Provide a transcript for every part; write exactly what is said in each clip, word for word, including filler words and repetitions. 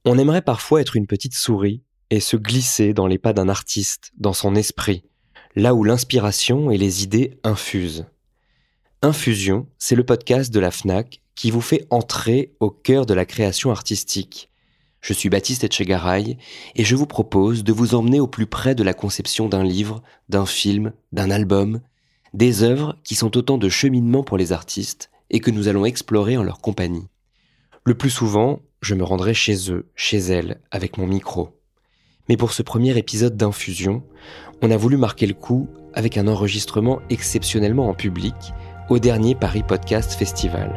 On aimerait parfois être une petite souris et se glisser dans les pas d'un artiste, dans son esprit, là où l'inspiration et les idées infusent. Infusion, c'est le podcast de la Fnac qui vous fait entrer au cœur de la création artistique. Je suis Baptiste Etchegaray et je vous propose de vous emmener au plus près de la conception d'un livre, d'un film, d'un album, des œuvres qui sont autant de cheminements pour les artistes et que nous allons explorer en leur compagnie. Le plus souvent, je me rendrai chez eux, chez elles, avec mon micro. Mais pour ce premier épisode d'Infusion, on a voulu marquer le coup avec un enregistrement exceptionnellement en public au dernier Paris Podcast Festival.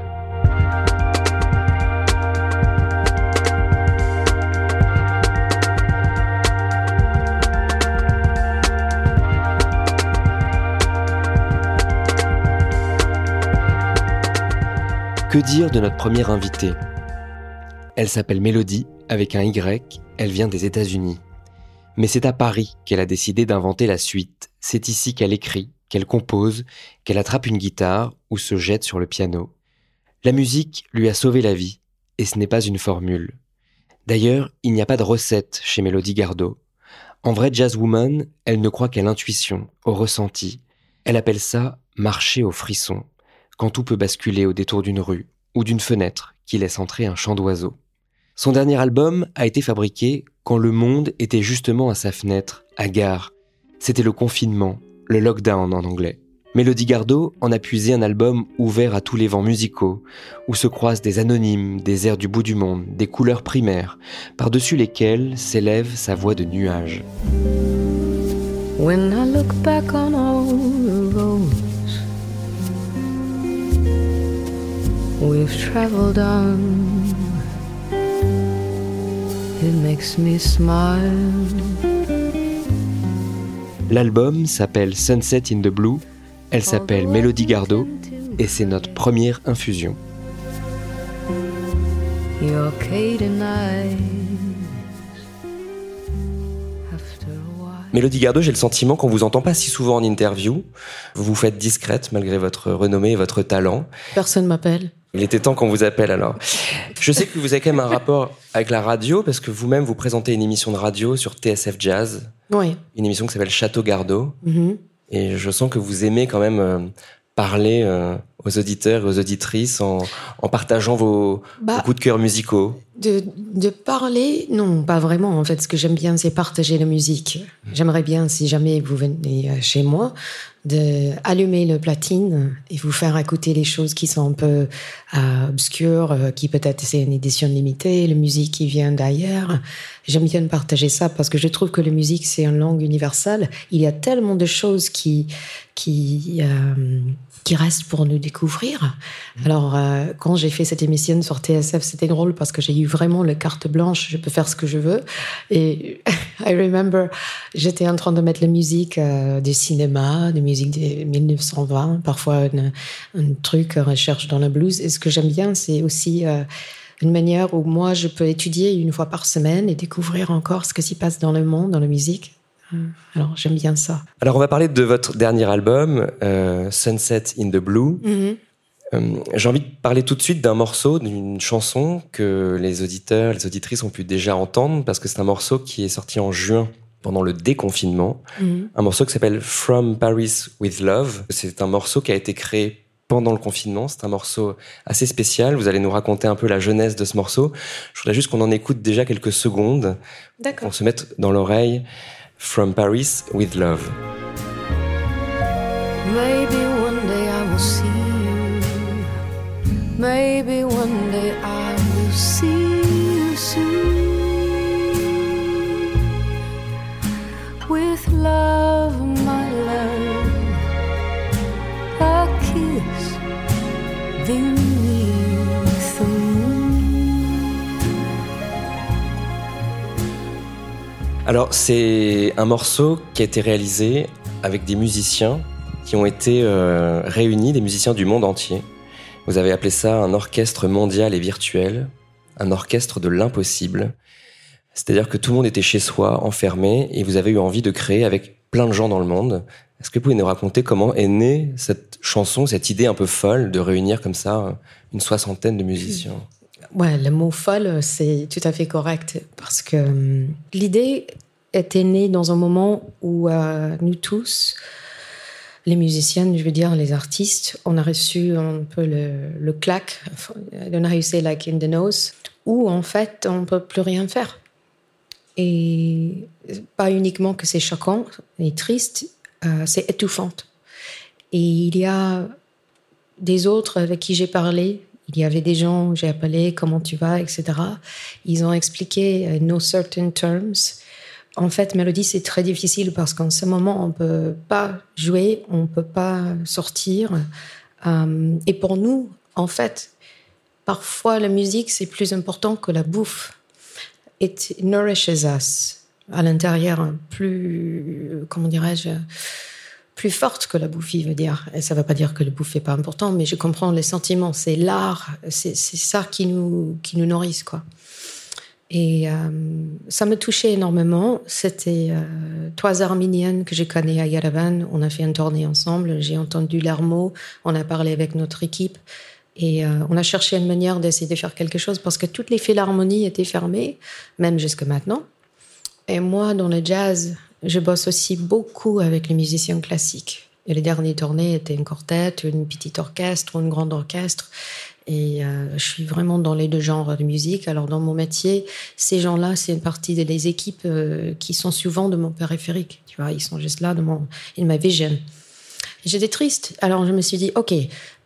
Que dire de notre première invitée ? Elle s'appelle Mélodie, avec un Y, elle vient des États-Unis. Mais c'est à Paris qu'elle a décidé d'inventer la suite. C'est ici qu'elle écrit, qu'elle compose, qu'elle attrape une guitare ou se jette sur le piano. La musique lui a sauvé la vie, et ce n'est pas une formule. D'ailleurs, il n'y a pas de recette chez Mélodie Gardot. En vraie jazzwoman, elle ne croit qu'à l'intuition, au ressenti. Elle appelle ça « marcher au frisson », quand tout peut basculer au détour d'une rue ou d'une fenêtre qui laisse entrer un chant d'oiseau. Son dernier album a été fabriqué quand le monde était justement à sa fenêtre, à gare. C'était le confinement, le lockdown en anglais. Mélodie Gardot en a puisé un album ouvert à tous les vents musicaux, où se croisent des anonymes, des airs du bout du monde, des couleurs primaires, par-dessus lesquelles s'élève sa voix de nuage. When I look back on all the roads we've traveled on, it makes me smile. L'album s'appelle Sunset in the Blue, elle s'appelle Mélodie Gardot et c'est notre première infusion. Your Caden eyes. Mélodie Gardot, j'ai le sentiment qu'on vous entend pas si souvent en interview. Vous vous faites discrète malgré votre renommée et votre talent. Personne m'appelle. Il était temps qu'on vous appelle alors. Je sais que vous avez quand même un rapport avec la radio parce que vous-même vous présentez une émission de radio sur T S F Jazz. Oui. Une émission qui s'appelle Château Gardot. Mm-hmm. Et je sens que vous aimez quand même euh, parler euh, aux auditeurs et aux auditrices en, en partageant vos, bah, vos coups de cœur musicaux. De, de parler, non, pas vraiment. En fait, ce que j'aime bien, c'est partager la musique. J'aimerais bien, si jamais vous venez chez moi, de allumer le platine et vous faire écouter les choses qui sont un peu euh, obscures, euh, qui peut-être c'est une édition limitée, la musique qui vient d'ailleurs. J'aime bien partager ça parce que je trouve que la musique, c'est une langue universelle. Il y a tellement de choses qui, qui, euh, qui restent pour nous découvrir. Alors, euh, quand j'ai fait cette émission sur T S F, c'était drôle parce que j'ai eu vraiment la carte blanche, je peux faire ce que je veux. Et I remember, j'étais en train de mettre la musique euh, du cinéma, de musique de dix-neuf cent vingt, parfois une, un truc, recherche dans la blues. Et ce que j'aime bien, c'est aussi euh, une manière où moi, je peux étudier une fois par semaine et découvrir encore ce qui s'y passe dans le monde, dans la musique. Alors, j'aime bien ça. Alors, on va parler de votre dernier album, euh, Sunset in the Blue. Mm-hmm. Euh, j'ai envie de parler tout de suite d'un morceau, d'une chanson que les auditeurs, les auditrices ont pu déjà entendre parce que c'est un morceau qui est sorti en juin pendant le déconfinement. Mmh. Un morceau qui s'appelle From Paris with Love. C'est un morceau qui a été créé pendant le confinement. C'est un morceau assez spécial. Vous allez nous raconter un peu la genèse de ce morceau. Je voudrais juste qu'on en écoute déjà quelques secondes. D'accord. Qu'on se mette dans l'oreille From Paris with Love. Maybe one day I will see you. Maybe one day I will see you soon. With love, my love, a kiss beneath the moon. Alors, c'est un morceau qui a été réalisé avec des musiciens qui ont été euh, réunis, des musiciens du monde entier. Vous avez appelé ça un orchestre mondial et virtuel, un orchestre de l'impossible. C'est-à-dire que tout le monde était chez soi, enfermé, et vous avez eu envie de créer avec plein de gens dans le monde. Est-ce que vous pouvez nous raconter comment est née cette chanson, cette idée un peu folle de réunir comme ça une soixantaine de musiciens ? Ouais, le mot folle, c'est tout à fait correct parce que euh, l'idée était née dans un moment où euh, nous tous, les musiciens, je veux dire les artistes, on a reçu un peu le, le claque, I don't know how you say like in the nose, où en fait on ne peut plus rien faire. Et pas uniquement que c'est choquant et triste, euh, c'est étouffant. Et il y a des autres avec qui j'ai parlé, il y avait des gens, j'ai appelé, comment tu vas, et cetera. Ils ont expliqué uh, no certain terms. En fait, Mélodie, c'est très difficile parce qu'en ce moment, on ne peut pas jouer, on ne peut pas sortir. Um, et pour nous, en fait, parfois la musique, c'est plus important que la bouffe. It nourishes us à l'intérieur, plus, comment dirais-je, plus forte que la bouffe, il veut dire. Et ça ne veut pas dire que la bouffe n'est pas important, mais je comprends les sentiments. C'est l'art, c'est, c'est ça qui nous, qui nous nourrit, quoi. Et euh, ça me touchait énormément. C'était euh, trois Arméniennes que je connais à Yerevan. On a fait une tournée ensemble. J'ai entendu leurs mots. On a parlé avec notre équipe. Et euh, on a cherché une manière d'essayer de faire quelque chose parce que toutes les philharmonies étaient fermées, même jusque maintenant. Et moi, dans le jazz, je bosse aussi beaucoup avec les musiciens classiques. Et les dernières tournées étaient une quartet, une petite orchestre, une grande orchestre. Et euh, je suis vraiment dans les deux genres de musique. Alors, dans mon métier, ces gens-là, c'est une partie des équipes euh, qui sont souvent de mon périphérique. Tu vois, ils sont juste là, de mon, in my vision. Et j'étais triste. Alors, je me suis dit, OK,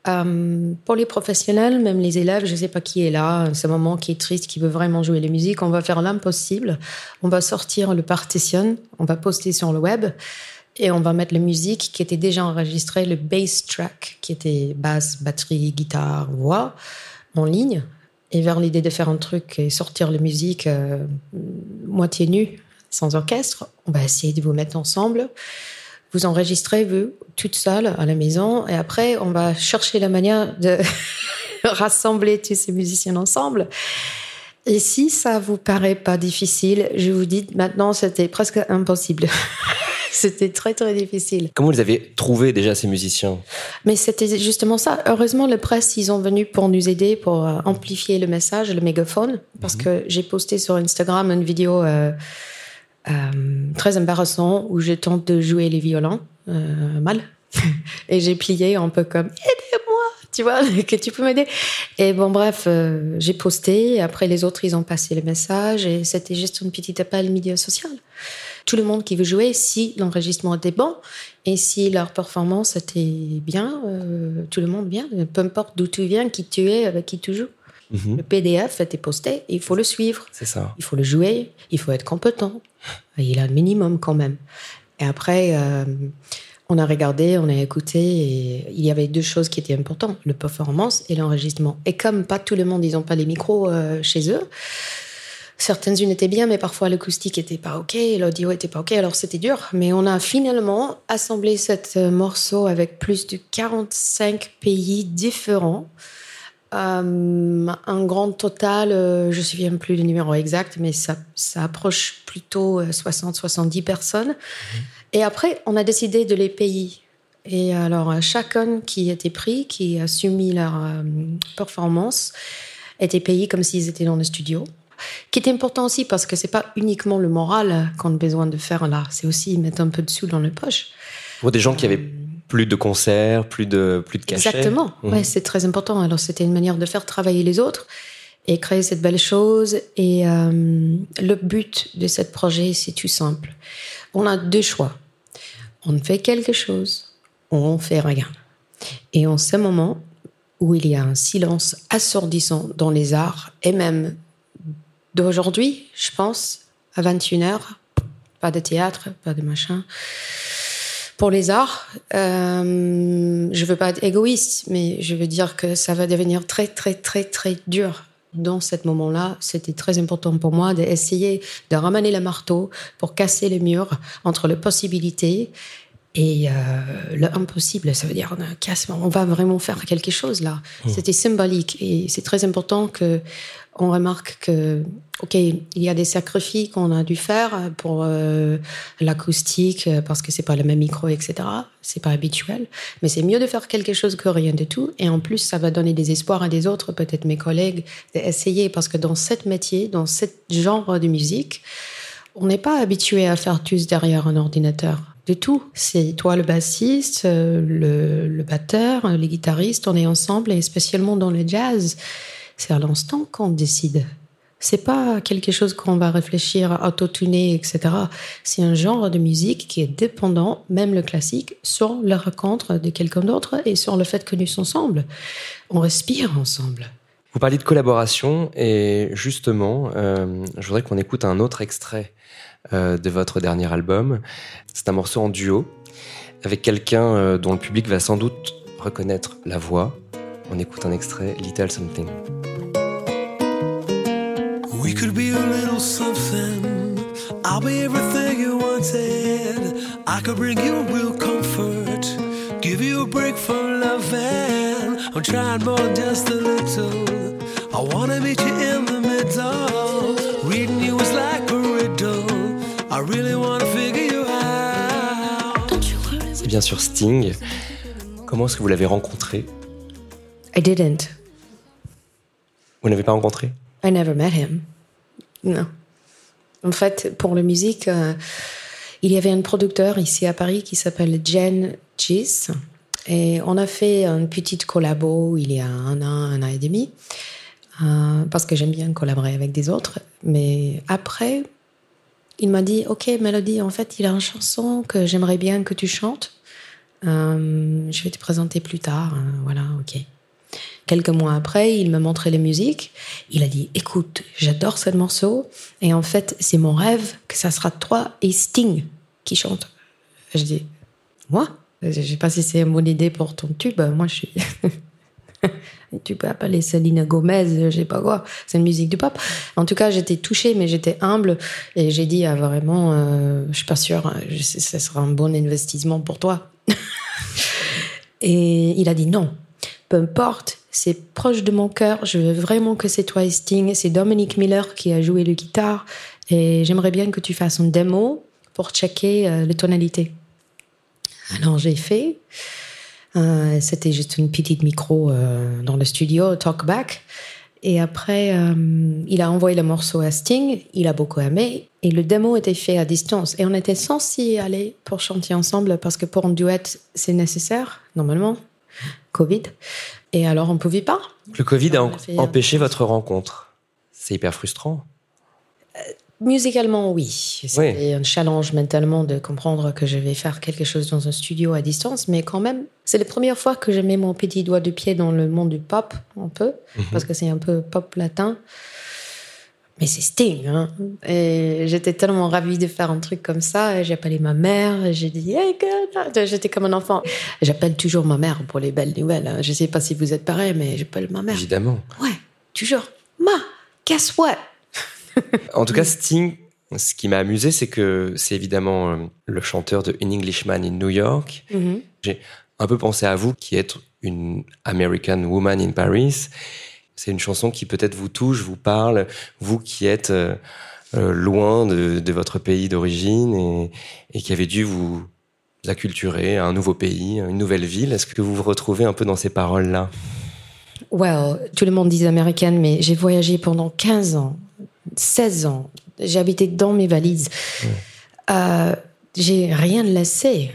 euh, pour les professionnels, même les élèves, je ne sais pas qui est là, ce moment qui est triste, qui veut vraiment jouer la musique, on va faire l'impossible. On va sortir le partition, on va poster sur le web. Et on va mettre la musique qui était déjà enregistrée, le bass track, qui était basse, batterie, guitare, voix, en ligne. Et vers l'idée de faire un truc et sortir la musique euh, moitié nue, sans orchestre, on va essayer de vous mettre ensemble. Vous enregistrez, vous, toute seule, à la maison. Et après, on va chercher la manière de rassembler tous ces musiciens ensemble. Et si ça vous paraît pas difficile, je vous dis, maintenant, c'était presque impossible. C'était très, très difficile. Comment vous avez trouvé déjà ces musiciens ? Mais c'était justement ça. Heureusement, le presse, ils sont venus pour nous aider, pour euh, amplifier le message, le mégaphone. Parce mmh. que j'ai posté sur Instagram une vidéo euh, euh, très embarrassante où je tente de jouer les violons euh, mal. Et j'ai plié un peu comme « Aidez-moi !» Tu vois, que tu peux m'aider. Et bon, bref, euh, j'ai posté. Après, les autres, ils ont passé le message. Et c'était juste un petit appel média social. Tout le monde qui veut jouer, si l'enregistrement était bon et si leur performance était bien, euh, tout le monde vient. Peu importe d'où tu viens, qui tu es, avec qui tu joues. Mm-hmm. Le P D F était posté et il faut le suivre. C'est ça. Il faut le jouer, il faut être compétent. Et il a le minimum quand même. Et après... Euh, on a regardé, on a écouté et il y avait deux choses qui étaient importantes, le performance et l'enregistrement. Et comme pas tout le monde, ils n'ont pas les micros euh, chez eux, certaines unes étaient bien, mais parfois l'acoustique était pas OK, l'audio était pas OK, alors c'était dur. Mais on a finalement assemblé ce morceau avec plus de quarante-cinq pays différents. Euh, un grand total, euh, je ne me souviens plus du numéro exact, mais ça, ça approche plutôt soixante à soixante-dix personnes. Mmh. Et après, on a décidé de les payer. Et alors, chacun qui était pris, qui a soumis leur euh, performance, était payé comme s'ils étaient dans le studio. Qui est important aussi parce que c'est pas uniquement le moral qu'on a besoin de faire là, c'est aussi mettre un peu de sous dans les poches. Pour des gens qui avaient plus de concerts, plus de, plus de cachets. Exactement, mmh. ouais, c'est très important. Alors, c'était une manière de faire travailler les autres et créer cette belle chose. Et euh, le but de ce projet, c'est tout simple. On a deux choix. On fait quelque chose ou on fait rien. Et en ce moment où il y a un silence assourdissant dans les arts, et même d'aujourd'hui, je pense, à vingt et une heures, pas de théâtre, pas de machin. Pour les arts, euh, je veux pas être égoïste, mais je veux dire que ça va devenir très, très, très, très dur. Dans ce moment-là, c'était très important pour moi d'essayer de ramener le marteau pour casser les murs entre les possibilités et euh, l'impossible. Ça veut dire on, on va vraiment faire quelque chose là. Mmh. C'était symbolique et c'est très important que on remarque que, ok, il y a des sacrifices qu'on a dû faire pour euh, l'acoustique, parce que c'est pas le même micro, et cetera. C'est pas habituel. Mais c'est mieux de faire quelque chose que rien du tout. Et en plus, ça va donner des espoirs à des autres, peut-être mes collègues, d'essayer. Parce que dans ce métier, dans ce genre de musique, on n'est pas habitué à faire tous derrière un ordinateur. De tout. C'est toi le bassiste, le, le batteur, les guitaristes, on est ensemble, et spécialement dans le jazz, c'est à l'instant qu'on décide. C'est pas quelque chose qu'on va réfléchir, auto-tuner, et cetera. C'est un genre de musique qui est dépendant, même le classique, sur la rencontre de quelqu'un d'autre et sur le fait que nous sommes ensemble. On respire ensemble. Vous parliez de collaboration, et justement, euh, je voudrais qu'on écoute un autre extrait euh, de votre dernier album. C'est un morceau en duo avec quelqu'un euh, dont le public va sans doute reconnaître la voix. On écoute un extrait, Little Something. We could be a little something. I'll be everything you wanted. I could bring you real comfort, give you a break from loving. I'm trying more than just a little. I wanna meet you in the middle. Reading you is like a riddle. I really wanna figure you out. C'est bien sûr Sting. Comment est-ce que vous l'avez rencontré? I didn't. Vous n'avez pas rencontré? I never met him. Non. En fait, pour la musique, euh, il y avait un producteur ici à Paris qui s'appelle Jen Gis. Et on a fait une petite collabo il y a un an, un an et demi. Euh, parce que j'aime bien collaborer avec des autres. Mais après, il m'a dit, OK, Mélodie, en fait, il y a une chanson que j'aimerais bien que tu chantes. Euh, je vais te présenter plus tard. Euh, voilà, OK. Quelques mois après, il m'a montré les musiques. Il a dit, écoute, j'adore ce morceau. Et en fait, c'est mon rêve que ça sera toi et Sting qui chantent. Je dis, moi? Je ne sais pas si c'est une bonne idée pour ton tube. Moi, je suis... tu peux appeler Selena Gomez, je sais pas quoi. C'est une musique du pop. En tout cas, j'étais touchée, mais j'étais humble. Et j'ai dit, ah, vraiment, euh, je suis pas sûre. Je sais, ça sera un bon investissement pour toi. Et il a dit non. Peu importe, c'est proche de mon cœur, je veux vraiment que c'est toi et Sting. C'est Dominic Miller qui a joué le guitare et j'aimerais bien que tu fasses une démo pour checker euh, les tonalités. Alors j'ai fait, euh, c'était juste une petite micro euh, dans le studio, talkback. Et après, euh, il a envoyé le morceau à Sting, il a beaucoup aimé et le démo était fait à distance. Et on était censés y aller pour chanter ensemble parce que pour un duet, c'est nécessaire, normalement. Covid. Et alors, on ne pouvait pas. Le Covid a fait, empêché euh, votre rencontre. C'est hyper frustrant. Euh, musicalement, oui. C'était oui. un challenge mentalement de comprendre que je vais faire quelque chose dans un studio à distance. Mais quand même, c'est la première fois que je mets mon petit doigt de pied dans le monde du pop, un peu. Mm-hmm. Parce que c'est un peu pop latin. Mais c'est Sting, hein. Et j'étais tellement ravie de faire un truc comme ça. J'ai appelé ma mère, j'ai dit hey, God. J'étais comme un enfant. J'appelle toujours ma mère pour les belles nouvelles. Je sais pas si vous êtes pareil, mais j'appelle ma mère. Évidemment. Ouais, toujours. Ma, guess what? En tout cas, Sting, ce qui m'a amusé, c'est que c'est évidemment euh, le chanteur de An Englishman in New York. Mm-hmm. J'ai un peu pensé à vous, qui êtes une American Woman in Paris. C'est une chanson qui peut-être vous touche, vous parle, vous qui êtes euh, euh, loin de, de votre pays d'origine et, et qui avez dû vous acculturer à un nouveau pays, à une nouvelle ville. Est-ce que vous vous retrouvez un peu dans ces paroles-là? Well, tout le monde dit américaine, mais j'ai voyagé pendant quinze ans, seize ans. J'ai habité dans mes valises. Ouais. Euh, j'ai rien laissé.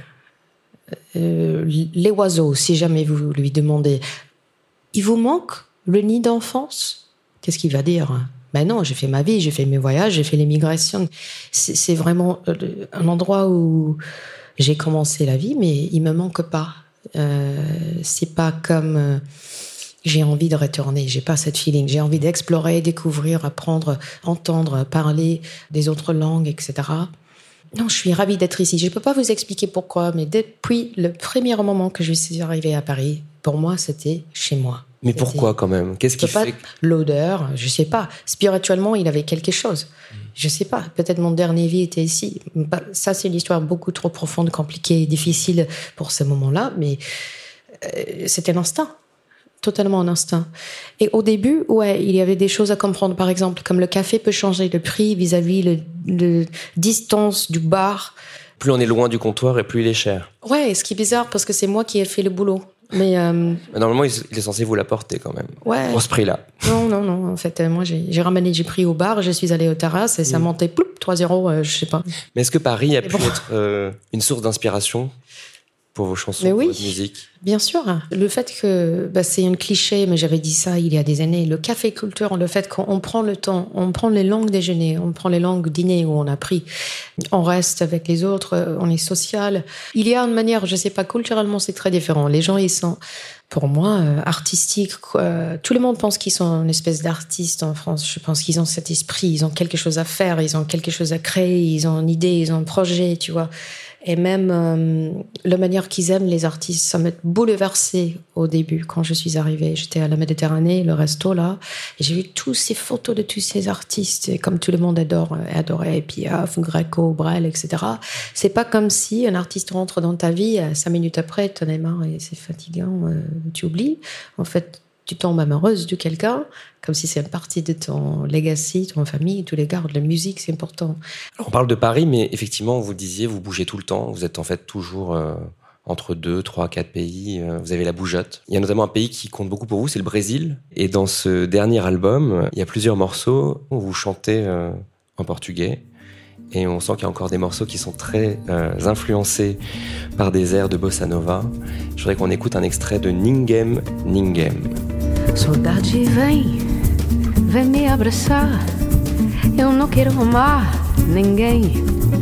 Euh, les oiseaux, si jamais vous lui demandez, il vous manque le nid d'enfance? Qu'est-ce qu'il va dire? Ben non, j'ai fait ma vie, j'ai fait mes voyages, j'ai fait l'émigration. C'est, c'est vraiment un endroit où j'ai commencé la vie, mais il me manque pas. Euh, c'est pas comme euh, j'ai envie de retourner. J'ai pas cette feeling. J'ai envie d'explorer, découvrir, apprendre, entendre, parler des autres langues, et cetera. Non, je suis ravie d'être ici. Je peux pas vous expliquer pourquoi, mais depuis le premier moment que je suis arrivée à Paris, pour moi, c'était chez moi. Mais pourquoi quand même? Qu'est-ce qui fait? L'odeur, je sais pas. Spirituellement, il avait quelque chose. Je sais pas. Peut-être mon dernier vie était ici. Ça, c'est une histoire beaucoup trop profonde, compliquée et difficile pour ce moment-là. Mais euh, c'était l'instinct. totalement en instinct. Et au début, ouais, il y avait des choses à comprendre. Par exemple, comme le café peut changer de prix vis-à-vis le, le distance du bar. Plus on est loin du comptoir et plus il est cher. Ouais, ce qui est bizarre parce que c'est moi qui ai fait le boulot. Mais euh... normalement, il est censé vous l'apporter quand même. Ouais. Pour ce prix-là. Non, non, non. En fait, moi, j'ai, j'ai ramené, j'ai pris au bar, je suis allée aux terrasses et ça mmh. montait, ploup, trois zéro, euh, je sais pas. Mais est-ce que Paris a Mais pu bon. être euh, une source d'inspiration pour vos chansons, mais oui, pour votre musique? Bien sûr. Le fait que, bah, c'est un cliché, mais j'avais dit ça il y a des années, le café culture, le fait qu'on prend le temps, on prend les longues déjeuners, on prend les longues dîners où on a pris, on reste avec les autres, on est social. Il y a une manière, je sais pas, culturellement c'est très différent. Les gens, ils sont, pour moi, euh, artistiques. Euh, tout le monde pense qu'ils sont une espèce d'artiste en France. Je pense qu'ils ont cet esprit, ils ont quelque chose à faire, ils ont quelque chose à créer, ils ont une idée, ils ont un projet, tu vois. Et même euh, la manière qu'ils aiment les artistes, ça m'a bouleversée au début quand je suis arrivée. J'étais à la Méditerranée, le resto là, et j'ai vu tous ces photos de tous ces artistes, et comme tout le monde adore, adorait Piaf, Greco, Brel, et cetera. C'est pas comme si un artiste rentre dans ta vie, cinq minutes après, t'en es marre et c'est fatigant, euh, tu oublies. En fait, tu tombes amoureuse de quelqu'un, comme si c'est une partie de ton legacy, ton famille, tous les gardes. La musique, c'est important. Alors, on parle de Paris, mais effectivement, vous disiez, vous bougez tout le temps. Vous êtes en fait toujours euh, entre deux, trois, quatre pays. Euh, vous avez la bougeotte. Il y a notamment un pays qui compte beaucoup pour vous, c'est le Brésil. Et dans ce dernier album, il y a plusieurs morceaux où vous chantez euh, en portugais. Et on sent qu'il y a encore des morceaux qui sont très euh, influencés par des airs de bossa nova. Je voudrais qu'on écoute un extrait de Ninguém, Ninguém. Saudade vem, vem me abraçar. Eu não quero amar ninguém,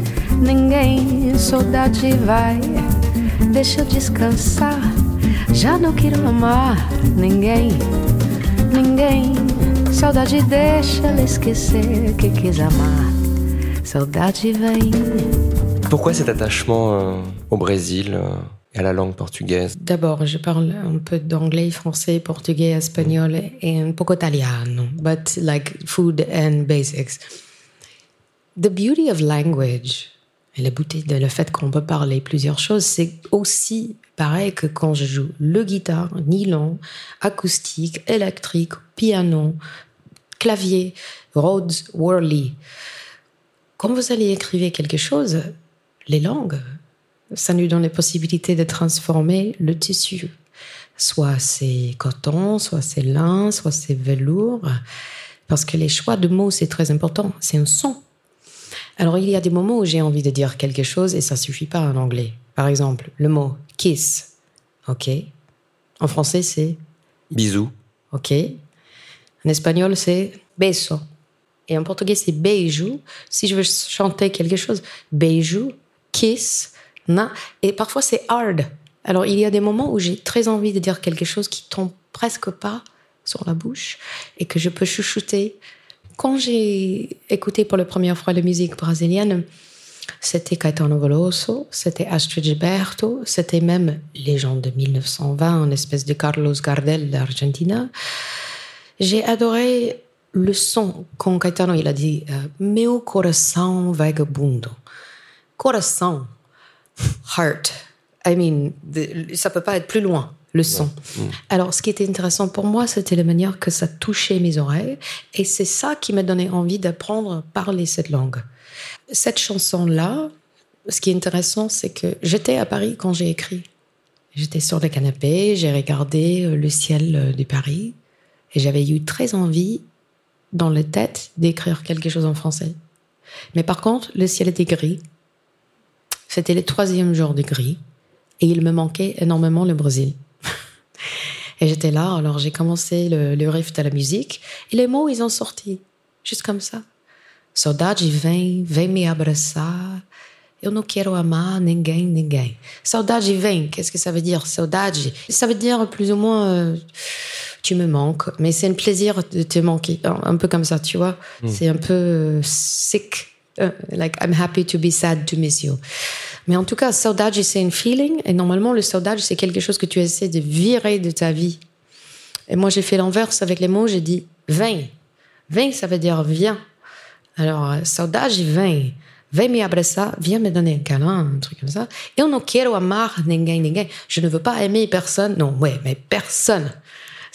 ninguém. Saudade vai, deixa eu descansar. Já não quero amar ninguém, ninguém. Saudade deixa ela esquecer que quis amar. Saudade vem. Pourquoi cet attachement euh, au Brésil euh, et à la langue portugaise? D'abord, je parle un peu d'anglais, français, portugais, espagnol et un poco italiano, but like food and basics. The beauty of language, et la beauté de le fait qu'on peut parler plusieurs choses, c'est aussi pareil que quand je joue le guitare, nylon, acoustique, électrique, piano, clavier, Rhodes, Worley. Quand vous allez écrire quelque chose, les langues, ça nous donne la possibilité de transformer le tissu. Soit c'est coton, soit c'est lin, soit c'est velours. Parce que les choix de mots, c'est très important. C'est un son. Alors, il y a des moments où j'ai envie de dire quelque chose et ça suffit pas en anglais. Par exemple, le mot kiss. OK. En français, c'est bisous. OK. En espagnol, c'est beso. Et en portugais, c'est beijo. Si je veux chanter quelque chose, beijo, kiss, na. Et parfois, c'est hard. Alors, il y a des moments où j'ai très envie de dire quelque chose qui tombe presque pas sur la bouche et que je peux chouchouter. Quand j'ai écouté pour la première fois la musique brésilienne, c'était Caetano Veloso, c'était Astrid Gilberto, c'était même les gens de mille neuf cent vingt, une espèce de Carlos Gardel d'Argentina. J'ai adoré le son, quand Caetano il a dit euh, « Meu coração vagabundo ». Coração, heart. I mean, the, ça peut pas être plus loin, le son. Ouais. Mm. Alors, ce qui était intéressant pour moi, c'était la manière que ça touchait mes oreilles. Et c'est ça qui m'a donné envie d'apprendre à parler cette langue. Cette chanson-là, ce qui est intéressant, c'est que j'étais à Paris quand j'ai écrit. J'étais sur le canapé, j'ai regardé le ciel de Paris et j'avais eu très envie dans la tête d'écrire quelque chose en français. Mais par contre, le ciel était gris. C'était le troisième jour de gris. Et il me manquait énormément le Brésil. Et j'étais là, alors j'ai commencé le, le riff de la musique. Et les mots, ils ont sorti. Juste comme ça. Saudade vem, vem me abraçar. Eu não quero amar ninguém, ninguém. Saudade vem, qu'est-ce que ça veut dire? Saudade, ça veut dire plus ou moins... Euh, tu me manques, mais c'est un plaisir de te manquer, un peu comme ça, tu vois. Mm. C'est un peu euh, sick, uh, like I'm happy to be sad to miss you. Mais en tout cas, saudade, c'est un feeling, et normalement, le saudade, c'est quelque chose que tu essaies de virer de ta vie. Et moi, j'ai fait l'inverse avec les mots, j'ai dit vem. Vem, ça veut dire viens. Alors, saudade, vem. Vem me abraçar, viens me donner un câlin, un truc comme ça. Eu não quero amar ninguém, ninguém. Je ne veux pas aimer personne. Non, ouais, mais personne.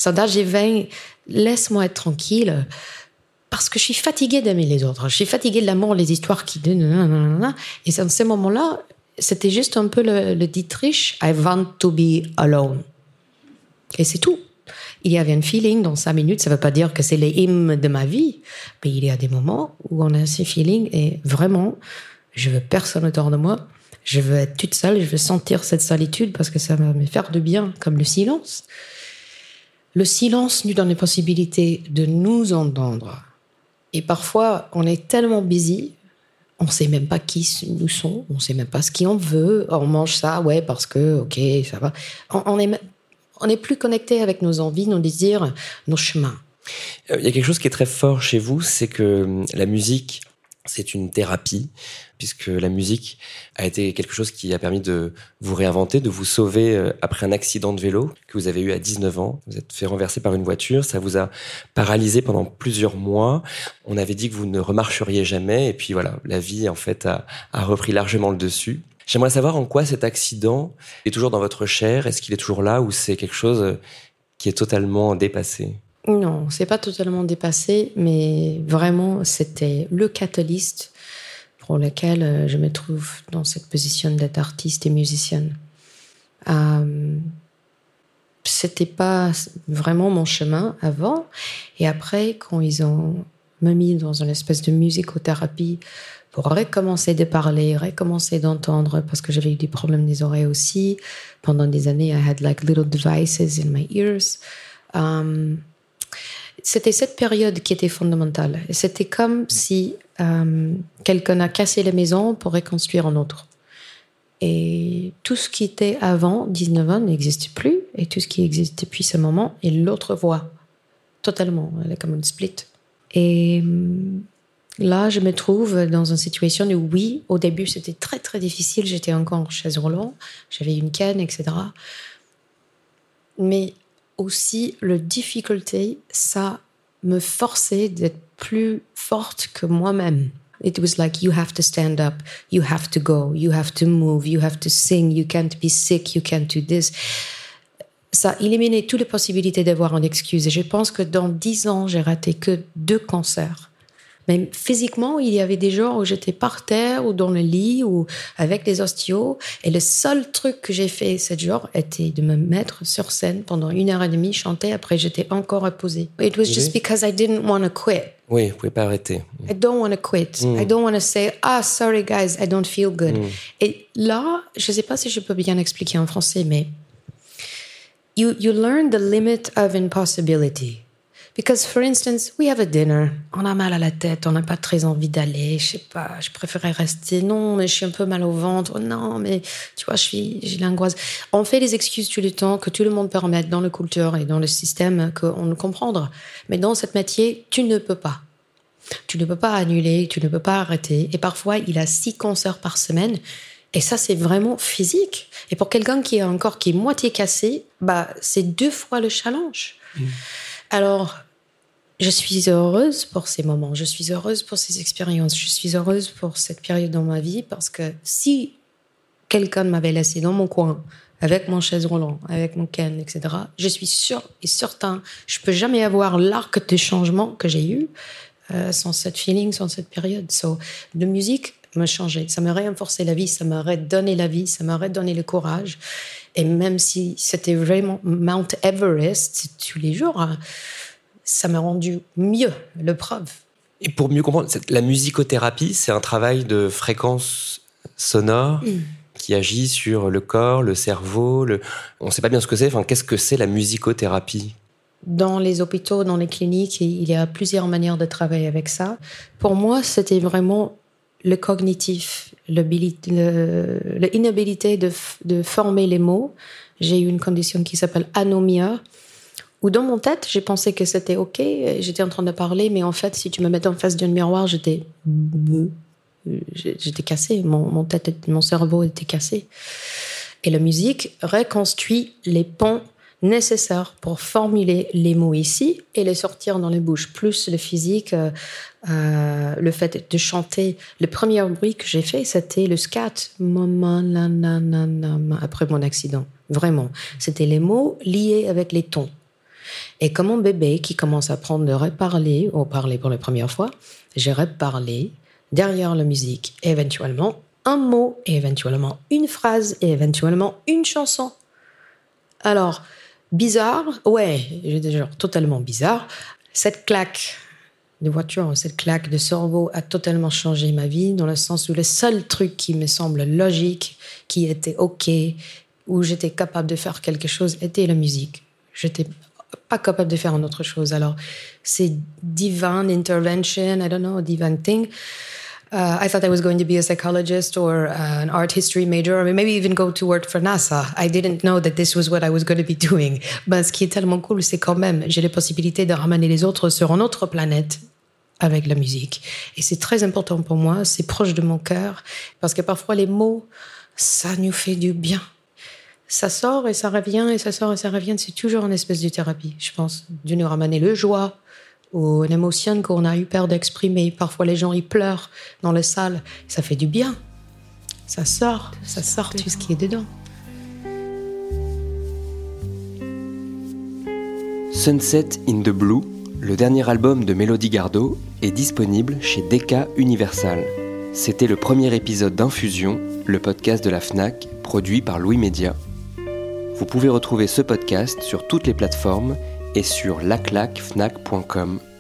Ça, j'ai vingt, laisse-moi être tranquille. Parce que je suis fatiguée d'aimer les autres. Je suis fatiguée de l'amour, les histoires qui... Et dans ces moments-là, c'était juste un peu le, le Dietrich, I want to be alone. Et c'est tout. Il y avait un feeling dans cinq minutes. Ça ne veut pas dire que c'est les hymnes de ma vie. Mais il y a des moments où on a ces feelings et vraiment, je veux personne autour de moi. Je veux être toute seule. Je veux sentir cette solitude parce que ça va me faire de bien, comme le silence. Le silence nous donne la possibilité de nous entendre. Et parfois, on est tellement busy, on ne sait même pas qui nous sommes, on ne sait même pas ce qu'on veut. On mange ça, ouais, parce que, ok, ça va. On, on est, on est plus connecté avec nos envies, nos désirs, nos chemins. Il y a quelque chose qui est très fort chez vous, c'est que la musique, c'est une thérapie, puisque la musique a été quelque chose qui a permis de vous réinventer, de vous sauver après un accident de vélo que vous avez eu à dix-neuf ans. Vous êtes fait renverser par une voiture, ça vous a paralysé pendant plusieurs mois. On avait dit que vous ne remarcheriez jamais, et puis voilà, la vie en fait a, a repris largement le dessus. J'aimerais savoir en quoi cet accident est toujours dans votre chair, est-ce qu'il est toujours là ou c'est quelque chose qui est totalement dépassé ? Non, c'est pas totalement dépassé, mais vraiment, c'était le catalyste pour lequel je me trouve dans cette position d'être artiste et musicienne. Euh, c'était pas vraiment mon chemin avant, et après, quand ils ont me mis dans une espèce de musicothérapie pour recommencer de parler, recommencer d'entendre, parce que j'avais eu des problèmes des oreilles aussi. Pendant des années, I had like little devices in my ears. Um, C'était cette période qui était fondamentale. C'était comme si euh, quelqu'un a cassé la maison pour reconstruire un autre. Et tout ce qui était avant dix-neuf ans n'existe plus. Et tout ce qui existe depuis ce moment est l'autre voie. Totalement. Elle est comme une split. Et là, je me trouve dans une situation où, oui, au début, c'était très, très difficile. J'étais encore en chaise roulante. J'avais une canne, et cetera. Mais aussi, la difficulté, ça me forçait d'être plus forte que moi-même. It was like, you have to stand up, you have to go, you have to move, you have to sing, you can't be sick, you can't do this. Ça éliminait toutes les possibilités d'avoir une excuse. Et je pense que dans dix ans, j'ai raté que deux concerts. Mais physiquement, il y avait des jours où j'étais par terre ou dans le lit ou avec les osteos. Et le seul truc que j'ai fait ce jour était de me mettre sur scène pendant une heure et demie, chanter. Après, j'étais encore reposée. It was just because I didn't want to quit. Oui, vous pouvez pas arrêter. I don't want to quit. Mm. I don't want to say, ah, sorry guys, I don't feel good. Mm. Et là, je sais pas si je peux bien expliquer en français, mais you, you learn the limit of impossibility. Because, for instance, we have a dinner. On a mal à la tête, on n'a pas très envie d'aller. Je sais pas, je préférerais rester. Non, mais je suis un peu mal au ventre. Non, mais tu vois, je suis, j'ai l'angoisse. On fait des excuses tout le temps que tout le monde peut remettre dans la culture et dans le système qu'on ne comprendre. Mais dans ce métier, tu ne peux pas. Tu ne peux pas annuler, tu ne peux pas arrêter. Et parfois, il a six concerts par semaine. Et ça, c'est vraiment physique. Et pour quelqu'un qui est encore qui est moitié cassé, bah, c'est deux fois le challenge. Mmh. Alors, je suis heureuse pour ces moments, je suis heureuse pour ces expériences, je suis heureuse pour cette période dans ma vie parce que si quelqu'un m'avait laissé dans mon coin avec mon chaise roulante, avec mon canne, et cetera, je suis sûre et certain, je ne peux jamais avoir l'arc de changement que j'ai eu euh, sans cette feeling, sans cette période. So, la musique m'a changé, ça m'a renforcé la vie, ça m'a redonné la vie, ça m'a redonné le courage. Et même si c'était vraiment Mount Everest tous les jours, ça m'a rendu mieux, le preuve. Et pour mieux comprendre, la musicothérapie, c'est un travail de fréquence sonore mm. qui agit sur le corps, le cerveau. Le... On ne sait pas bien ce que c'est. Enfin, qu'est-ce que c'est la musicothérapie ? Dans les hôpitaux, dans les cliniques, il y a plusieurs manières de travailler avec ça. Pour moi, c'était vraiment le cognitif, l'inabilité de, de former les mots. J'ai eu une condition qui s'appelle anomia, où dans mon tête, j'ai pensé que c'était OK, j'étais en train de parler, mais en fait, si tu me mettais en face d'un miroir, j'étais... J'étais cassée, mon, mon, tête, mon cerveau était cassé. Et la musique reconstruit les ponts nécessaires pour formuler les mots ici et les sortir dans les bouches. Plus le physique, euh, euh, le fait de chanter. Le premier bruit que j'ai fait, c'était le scat. Après mon accident. Vraiment. C'était les mots liés avec les tons. Et comme mon bébé qui commence à apprendre de reparler, ou parler pour la première fois, j'ai reparlé derrière la musique, et éventuellement un mot, et éventuellement une phrase, et éventuellement une chanson. Alors, bizarre, ouais, genre totalement bizarre. Cette claque de voiture, cette claque de cerveau a totalement changé ma vie, dans le sens où le seul truc qui me semble logique, qui était OK, où j'étais capable de faire quelque chose, était la musique. J'étais pas capable de faire une autre chose. Alors, c'est divine intervention, I don't know, divine thing. Uh, I thought I was going to be a psychologist or uh, an art history major, or maybe even go to work for NASA. I didn't know that this was what I was going to be doing. Mais ce qui est tellement cool, c'est quand même, j'ai les possibilités de ramener les autres sur une autre planète avec la musique. Et c'est très important pour moi, c'est proche de mon cœur, parce que parfois les mots, ça nous fait du bien. Ça sort et ça revient, et ça sort et ça revient. C'est toujours une espèce de thérapie, je pense, de nous ramener le joie, ou une émotion qu'on a eu peur d'exprimer. Parfois, les gens, ils pleurent dans les salles. Ça fait du bien. Ça sort, ça sort tout ce qui est dedans. Sunset in the Blue, le dernier album de Mélodie Gardot, est disponible chez Decca Universal. C'était le premier épisode d'Infusion, le podcast de la Fnac, produit par Louis Média. Vous pouvez retrouver ce podcast sur toutes les plateformes et sur laclacfnac point com.